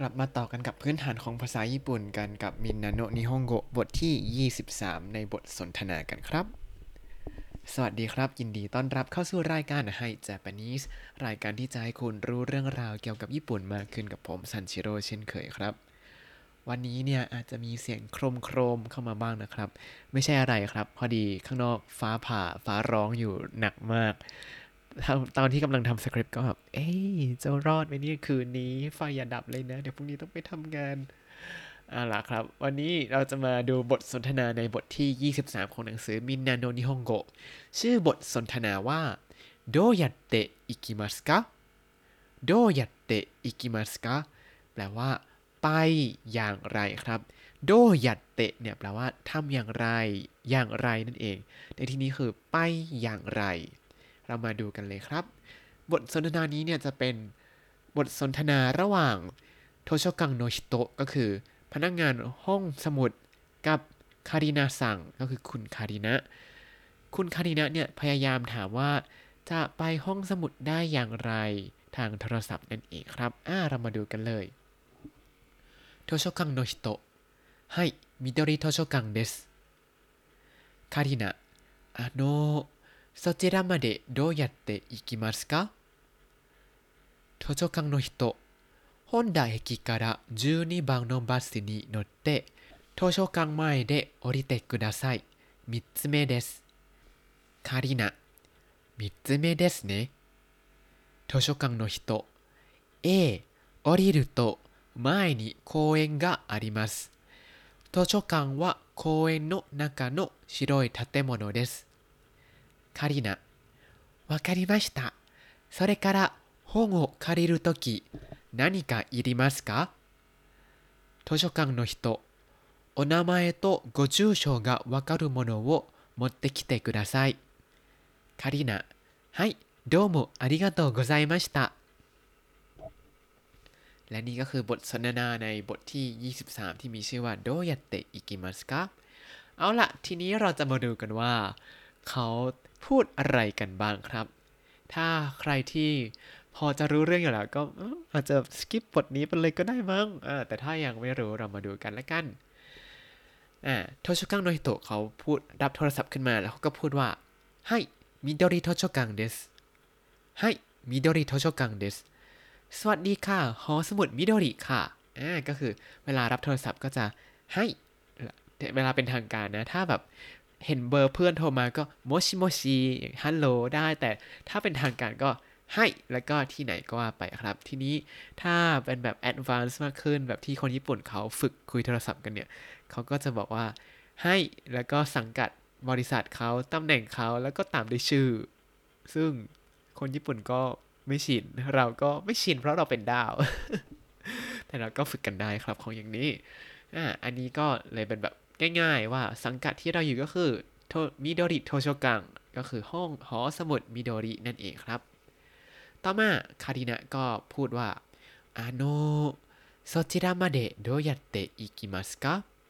กลับมาต่อกันกับพื้นฐานของภาษาญี่ปุ่นกันกับมินนาโนะนิฮงโกะบทที่23ในบทสนทนากันครับสวัสดีครับยินดีต้อนรับเข้าสู่รายการให้ Japanese รายการที่จะให้คุณรู้เรื่องราวเกี่ยวกับญี่ปุ่นมากขึ้นกับผมซันชิโร่เช่นเคยครับวันนี้เนี่ยอาจจะมีเสียงโครมโครมเข้ามาบ้างนะครับไม่ใช่อะไรครับพอดีข้างนอกฟ้าผ่าฟ้าร้องอยู่หนักมากตอนที่กำลังทำสคริปต์ก็แบบเอ้ยจะรอดไหมเนี่ยคืนนี้ไฟอย่าดับเลยนะเดี๋ยวพรุ่งนี้ต้องไปทำงานล่ะครับวันนี้เราจะมาดูบทสนทนาในบทที่23ของหนังสือมินนาโนนิฮงโกะชื่อบทสนทนาว่าโดยัตเตะอิกิมัสกะโดยัตเตะอิกิมัสกะแปลว่าไปอย่างไรครับโดยัตเตะเนี่ยแปลว่าทำอย่างไรอย่างไรนั่นเองในที่นี้คือไปอย่างไรเรามาดูกันเลยครับบทสนทนานี้เนี่ยจะเป็นบทสนทนาระหว่างโทโชกังโนฮิโตะก็คือพนักงานห้องสมุดกับคารินาซังก็คือคุณคารินะคุณคารินะเนี่ยพยายามถามว่าจะไปห้องสมุดได้อย่างไรทางโทรศัพท์นั่นเองครับเรามาดูกันเลยโทโชกังโนฮิโตะはい緑図書館ですカリナそちらまでどうやって行きますか図書館の人本田駅から12番のバスに乗って図書館前で降りてください。3つ目です。カリナ、3つ目ですね。図書館の人降りると前に公園があります。図書館は公園の中の白い建物です。カリナ、わかりました。それから本を借りるとき何かいりますか図書館の人、お名前とご住所がわかるものを持ってきてください。カリナ、はい、どうもありがとうございました。และนี่ก็คือบทสนทนาในบทที่23ที่มีชื่อว่าโดยัตเตะอิกิมัสกะเอาละทีนี้เราจะมาดูกันว่าเขาพูดอะไรกันบ้างครับถ้าใครที่พอจะรู้เรื่องอยู่แล้วก็อาจจะสกิปบทนี้ไปเลยก็ได้มั้งแต่ถ้ายังไม่รู้เรามาดูกันละกันโทโชกังโนฮิโตะเขาพูดรับโทรศัพท์ขึ้นมาแล้วเขาก็พูดว่าはいมิโดริโทโชกังเดสはいมิโดริโทโชกังเดสสวัสดีค่ะหอสมุดมิโดริค่ะก็คือเวลารับโทรศัพท์ก็จะให้เวลาเป็นทางการนะถ้าแบบเห็นเบอร์เพื่อนโทรมาก็โมชิโมชิฮัลโหลได้แต่ถ้าเป็นทางการก็ให้แล้วก็ที่ไหนก็ว่าไปครับทีนี้ถ้าเป็นแบบแอดวานซ์มากขึ้นแบบที่คนญี่ปุ่นเขาฝึกคุยโทรศัพท์กันเนี่ยเขาก็จะบอกว่าให้แล้วก็สังกัดบริษัทเขาตำแหน่งเขาแล้วก็ตามด้วยชื่อซึ่งคนญี่ปุ่นก็ไม่ชินเราก็ไม่ชินเพราะเราเป็นดาวแต่เราก็ฝึกกันได้ครับของอย่างนี้อันนี้ก็เลยเป็นแบบง่ายๆว่าสังกัดที่เราอยู่ก็คือมิโดริโทโชกังก็คือห้องหอสมุดมิโดรินั่นเองครับต่อมาคารินะก็พูดว่าそちらまでどうやって行きますか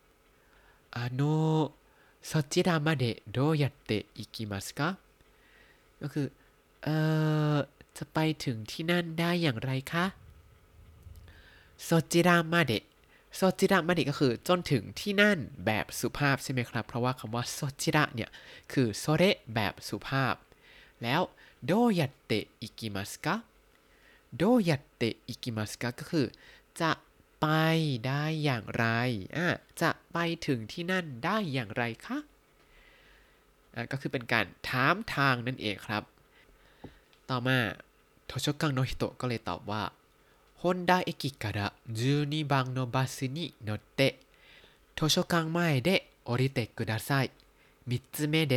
そちらまでどうやって行きますかก็คือจะไปถึงที่นั่นได้อย่างไรคะโซจิรามาเดะโซจิระมาเดะก็คือจนถึงที่นั่นแบบสุภาพใช่ไหมครับเพราะว่าคำว่าโซจิระเนี่ยคือโซเระแบบสุภาพแล้วโดยัตเตะอิกิมัสกะโดยัตเตะอิกิมัสกะก็คือจะไปได้อย่างไรจะไปถึงที่นั่นได้อย่างไรคะก็คือเป็นการถามทางนั่นเองครับต่อมาโทโชกังโนฮิโตะก็เลยตอบว่า本田駅から12番のバスに乗って図書館前で降りてください。3つ目です。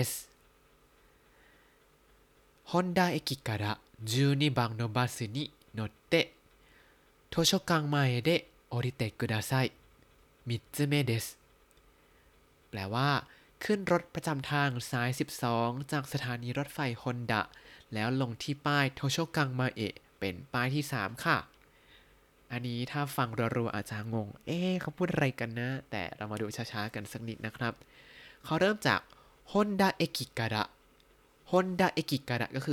本田駅から12番のバスに乗って図書館前で降りてください。3つ目です。แปลว่าขึ้นรถประจำทางสาย12จากสถานีรถไฟฮอนดะแล้วลงที่ป้ายโทโชกังมาเอะเป็นป้ายที่3ค่ะอันนี้ถ้าฟังรัวๆอาจจะงงเขาพูดอะไรกันนะแต่เรามาดูช้าๆกันสักนิดนะครับเขาเริ่มจากฮอนดะเอกิการะฮอนดะเอกิการะก็คือ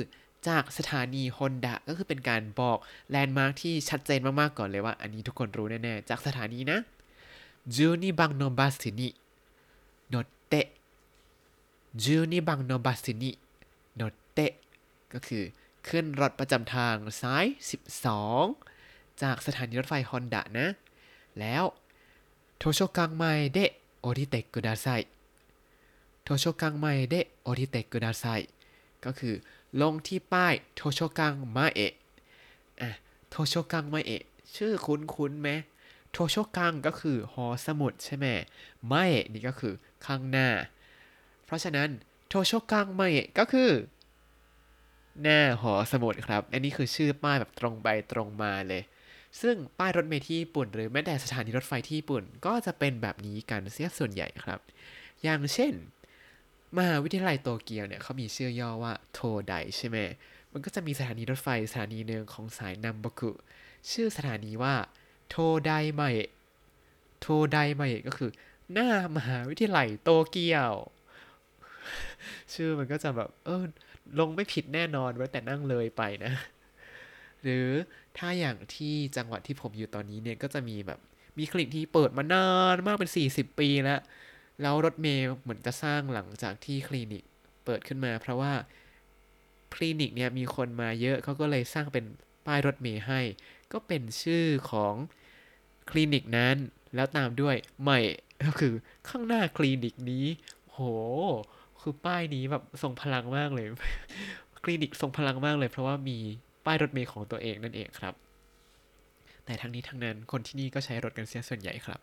จากสถานีฮอนดะก็คือเป็นการบอกแลนด์มาร์คที่ชัดเจนมากๆก่อนเลยว่าอันนี้ทุกคนรู้แน่ๆจากสถานีนะ12番のバスに乗って12番のバスに乗ってก็คือขึ้นรถประจำทางสาย12จากสถานีรถไฟฮอนดะนะแล้ว図書館前で降りてください図書館前で降りてくださいก็คือลงที่ป้ายโทโชกังมาเอะโทโชกังมาเอะชื่อคุ้นๆไหมโทโชกังก็คือหอสมุดใช่ไหมมาเอะนี่ก็คือข้างหน้าเพราะฉะนั้นโทโชกังมาเอะก็คือหน้าหอสมุดครับอันนี้คือชื่อป้ายแบบตรงไปตรงมาเลยซึ่งป้ายรถเมล์ที่ญี่ปุ่นหรือแม้แต่สถานีรถไฟที่ญี่ปุ่นก็จะเป็นแบบนี้กันเสียส่วนใหญ่ครับอย่างเช่นมหาวิทยาลัยโตเกียวเนี่ยเขามีชื่อย่อว่าโทไดใช่ไหมมันก็จะมีสถานีรถไฟสถานีหนึ่งของสายนัมบากุชื่อสถานีว่าโทไดไมเอะโทไดไมเอะก็คือหน้ามหาวิทยาลัยโตเกียวชื่อมันก็จะแบบลงไม่ผิดแน่นอนไว้แต่นั่งเลยไปนะหรือถ้าอย่างที่จังหวัดที่ผมอยู่ตอนนี้เนี่ยก็จะมีแบบมีคลินิกที่เปิดมานานมากเป็น40ปีแล้วรถเมล์เหมือนจะสร้างหลังจากที่คลินิกเปิดขึ้นมาเพราะว่าคลินิกเนี่ยมีคนมาเยอะเขาก็เลยสร้างเป็นป้ายรถเมล์ให้ก็เป็นชื่อของคลินิกนั้นแล้วตามด้วยใหม่ก็คือข้างหน้าคลินิกนี้โหคือป้ายนี้แบบทรงพลังมากเลยคลินิกทรงพลังมากเลยเพราะว่ามีป้ายรถเมล์ของตัวเองนั่นเองครับแต่ทั้งนี้ทั้งนั้นคนที่นี่ก็ใช้รถกันเสียส่วนใหญ่ครับ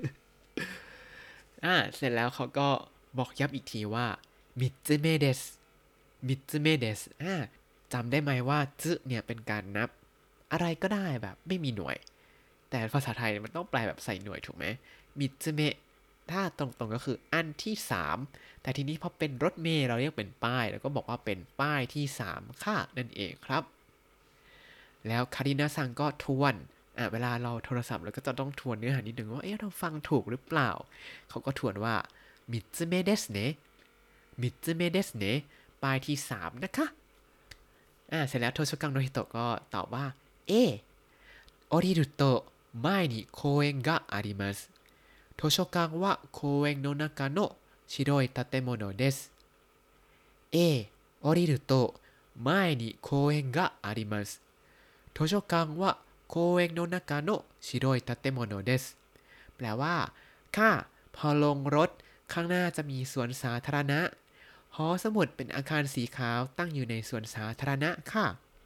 เสร็จแล้วเขาก็บอกย้ำอีกทีว่ามิตซึเมเดสมิตซึเมเดสจำได้ไหมว่าจึเนี่ยเป็นการนับอะไรก็ได้แบบไม่มีหน่วยแต่ภาษาไทยมันต้องแปลแบบใส่หน่วยถูกไหมมิตซึเมะถ้าตรงๆก็คืออันที่3แต่ทีนี้พอเป็นรถเมล์เราเรียกเป็นป้ายแล้วก็บอกว่าเป็นป้ายที่3ค่ะนั่นเองครับแล้วคารินาซังก็ทวนเวลาเราโทรศัพท์เราก็จะต้องทวนเนื้อหานิดนึงว่าเราฟังถูกหรือเปล่าเขาก็ทวนว่ามิตซึเมเดสเนะมิตซึเมเดสเนะป้ายที่3นะคะเสร็จแล้วโทโชกังโนฮิโตะก็ตอบว่า降りると前に公園があります。図書館は公園の中の白い建物です。降りると前に公園があります。図書館は公園の中の白い建物です。แปลว่าพอลงรถข้างหน้าจะมีสวนสาธารณะหอสมุดเป็นอาคารสีขาวตั้งอยู่ในสวนสาธารณะค่ะ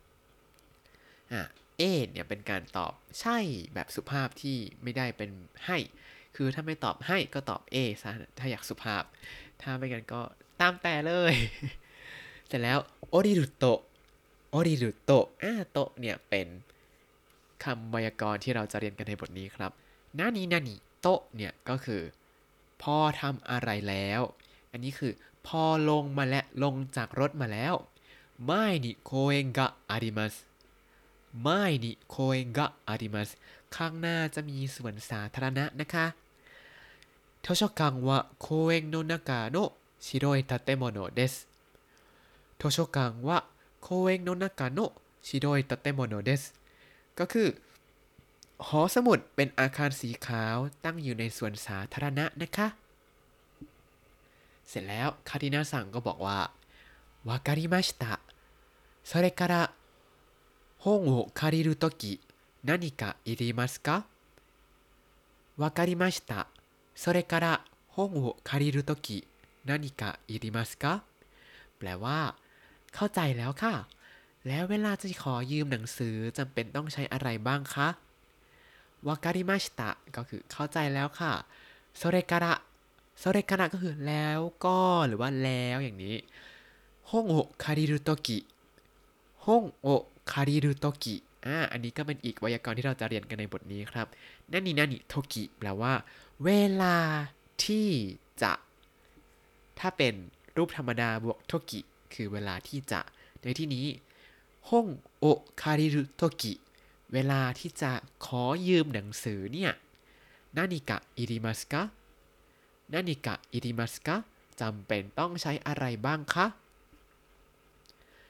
เนี่ยเป็นการตอบใช่แบบสุภาพที่ไม่ได้เป็นให้คือถ้าไม่ตอบให้ก็ตอบซะถ้าอยากสุภาพถ้าไม่งั้นก็ตามแต่เลยเสร็จแล้วโอริรุโตะโอริรุโตะโตะเนี่ยเป็นคำไวยากรณ์ที่เราจะเรียนกันในบทนี้ครับนานินานิโตะเนี่ยก็คือพอทำอะไรแล้วอันนี้คือพอลงมาและลงจากรถมาแล้ว前に公園があります前に公園がありますข้างหน้าจะมีสวนสาธารณะนะคะ図書館は公園の中の白い建物です図書館は公園の中の白い建物ですก็คือหอสมุดเป็นอาคารสีขาวตั้งอยู่ในสวนสาธารณะนะคะเสร็จแล้วคารินาซังก็บอกว่าวาการิมาชิตะそれから本を借りるとき何かいりますかわかりましたそれから本を借りるとき何かいりますかแปลว่าเข้าใจแล้วค่ะแล้วเวลาจะขอยืมหนังสือจำเป็นต้องใช้อะไรบ้างคะวาการิมาชิตะก็คือเข้าใจแล้วค่ะโซเรการะโซเรการะก็คือแล้วก็หรือว่าแล้วอย่างนี้ห้องโอคาริรุโตกิห้องโอคาริรุโตกิอันนี้ก็เป็นอีกไวยากรณ์ที่เราจะเรียนกันในบทนี้ครับนั่นนี่โทกิแปลว่าเวลาที่จะถ้าเป็นรูปธรรมดาบวกโทกิคือเวลาที่จะในที่นี้ห้องโอคาริรุโตกิเวลาที่จะขอยืมหนังสือเนี่ยนานิกะอิริมัสกะนานิกะอิริมัสกะจำเป็นต้องใช้อะไรบ้างคะ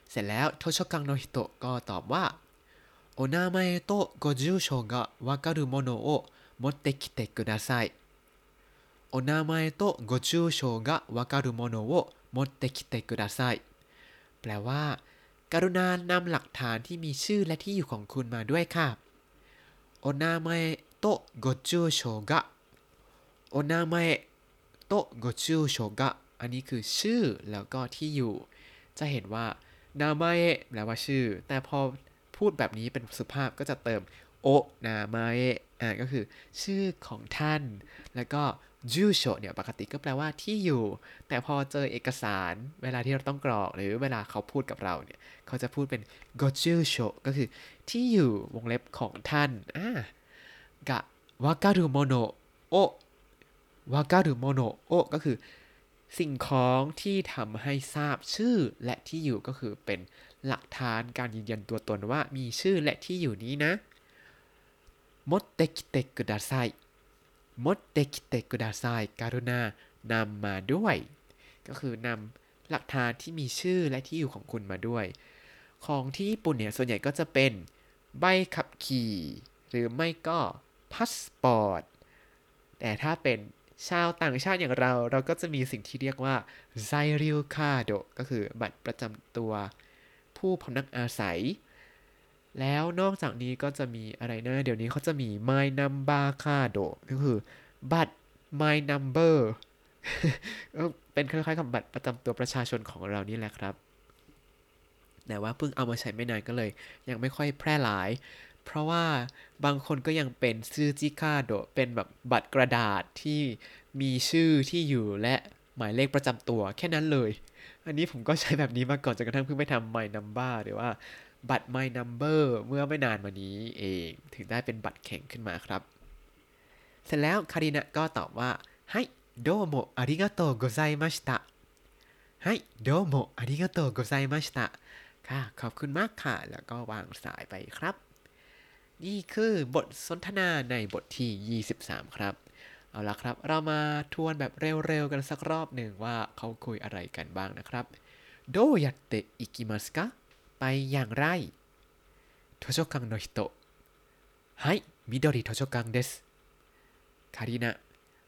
เสร็จแล้วโทโชกังโนฮิโตะก็ตอบว่าโอนาเมะโตะโกจูโชกะวาการุโมโนะโอ持ってきてくださいお名前とご住所がわかるものを持ってきてくださいแปลว่าการุณานำหลักฐานที่มีชื่อและที่อยู่ของคุณมาด้วยค่ะโอนาเมะโตะโกจูโชกะโอนาเมะโตะโกจูโชกะอันนี้คือชื่อแล้วก็ที่อยู่จะเห็นว่านาเมะแปลว่าชื่อแต่พอพูดแบบนี้เป็นสุภาพก็จะเติมโอนาเมะก็คือชื่อของท่านแล้วก็จูโชเนี่ยปกติก็แปลว่าที่อยู่แต่พอเจอเอกสารเวลาที่เราต้องกรอกหรือเวลาเขาพูดกับเราเนี่ยเขาจะพูดเป็นโกจูโชก็คือที่อยู่วงเล็บของท่านกะวาการุโมโนะโอวาการุโมโนะโอก็คือสิ่งของที่ทำให้ทราบชื่อและที่อยู่ก็คือเป็นหลักฐานการยืนยันตัวตนว่ามีชื่อและที่อยู่นี้นะ持ってきてください持ってきてくださいการุณานำมาด้วยก็คือนำหลักฐานที่มีชื่อและที่อยู่ของคุณมาด้วยของที่ญี่ปุ่นเนี่ยส่วนใหญ่ก็จะเป็นใบขับขี่หรือไม่ก็พาสปอร์ตแต่ถ้าเป็นชาวต่างชาติอย่างเราก็จะมีสิ่งที่เรียกว่าไซริวคาโดก็คือบัตรประจำตัวผู้พำนักอาศัยแล้วนอกจากนี้ก็จะมีอะไรนะเดี๋ยวนี้เขาจะมี My Number Card ก็คือบัตร My Number เป็นคล้ายๆกับบัตรประจำตัวประชาชนของเรานี่แหละครับแต่ว่าเพิ่งเอามาใช้ไม่นานก็เลยยังไม่ค่อยแพร่หลายเพราะว่าบางคนก็ยังเป็นชื่อจิคาโดเป็นแบบบัตรกระดาษที่มีชื่อที่อยู่และหมายเลขประจำตัวแค่นั้นเลยอันนี้ผมก็ใช้แบบนี้มาก่อนจนกระทั่งเพิ่งไปทำ My Number หรือว่าบัตร My Number เมื่อไม่นานมานี้เองถึงได้เป็นบัตรแข็งขึ้นมาครับเสร็จแล้วคารินะก็ตอบว่าはいどうもありがとうございましたはいどうもありがとうございましたค่ะขอบคุณมากค่ะแล้วก็วางสายไปครับนี่คือบทสนทนาในบทที่23ครับเอาล่ะครับเรามาทวนแบบเร็วๆกันสักรอบหนึ่งว่าเขาคุยอะไรกันบ้างนะครับどうやって行きますかไปอย่างไร図書館の人はい緑図書館ですカリナ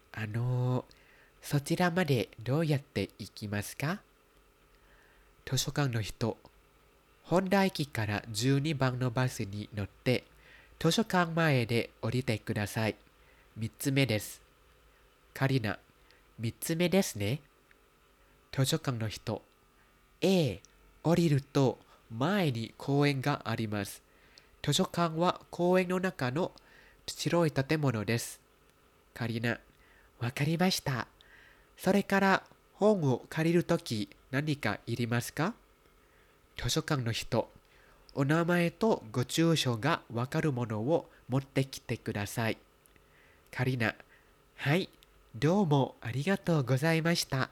そちらまでどうやって行きますか図書館の人本田駅から12番のバスに乗って図書館前で降りてください3つ目ですカリナ3つ目ですね図書館の人降りると前に公園があります図書館は公園の中の白い建物ですカリナわかりましたそれから本を借りるとき何かいりますか図書館の人お名前とご住所がわかるものを持ってきてくださいカリナはいどうもありがとうございました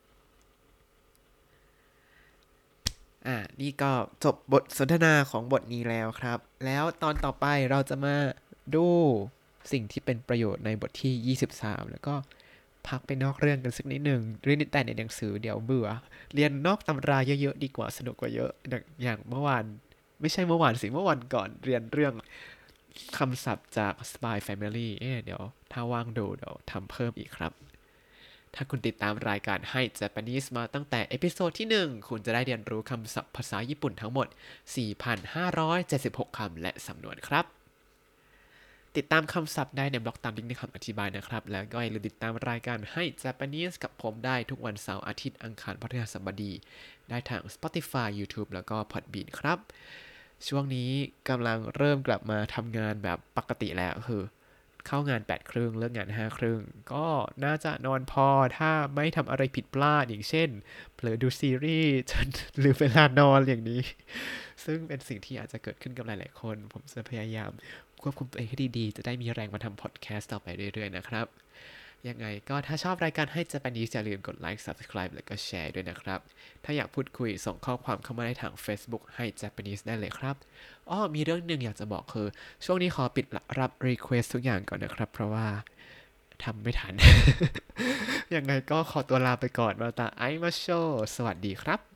นี่ก็จบบทสนทนาของบทนี้แล้วครับแล้วตอนต่อไปเราจะมาดูสิ่งที่เป็นประโยชน์ในบทที่23แล้วก็พักไปนอกเรื่องกันสักนิดหนึ่งเรียนแต่ในหนังสือเดี๋ยวเบื่อเรียนนอกตำราเยอะๆดีกว่าสนุกกว่าเยอะอย่างเมื่อวานไม่ใช่เมื่อวานสิเมื่อวันก่อนเรียนเรื่องคำศัพท์จาก Spy Family เดี๋ยวถ้าว่างดูเดี๋ยวทำเพิ่มอีกครับถ้าคุณติดตามรายการให้ Japanese มาตั้งแต่เอพิโซดที่1คุณจะได้เรียนรู้คำศัพท์ภาษาญี่ปุ่นทั้งหมด 4,576 คำและสำนวนครับติดตามคำศัพท์ได้ในบล็อกตามลิงก์ในคำอธิบายนะครับแล้วก็อย่าลืมติดตามรายการให้ Japanese กับผมได้ทุกวันเสาร์อาทิตย์อังคารพฤหัสบดีได้ทาง Spotify YouTube แล้วก็ Podbean ครับช่วงนี้กำลังเริ่มกลับมาทำงานแบบปกติแล้วคือเข้างาน 8 ครึ่งเลิกงาน 5 ครึ่งก็น่าจะนอนพอถ้าไม่ทำอะไรผิดพลาดอย่างเช่นเผลอดูซีรีส์จนลืมเวลานอนอย่างนี้ซึ่งเป็นสิ่งที่อาจจะเกิดขึ้นกับหลายๆคนผมจะพยายามควบคุมตัวเองให้ดีๆจะได้มีแรงมาทำพอดแคสต์ต่อไปเรื่อยๆนะครับยังไงก็ถ้าชอบรายการให้ Japanese อย่าลืมกดไลค์ Subscribe แล้วก็แชร์ด้วยนะครับถ้าอยากพูดคุยส่งข้อความเข้ามาได้ทาง Facebook ให้ Japanese ได้เลยครับมีเรื่องนึงอยากจะบอกคือช่วงนี้ขอปิดรับ Request ทุกอย่างก่อนนะครับเพราะว่าทำไม่ทัน ยังไงก็ขอตัวลาไปก่อนมาตาไอมาโชสวัสดีครับ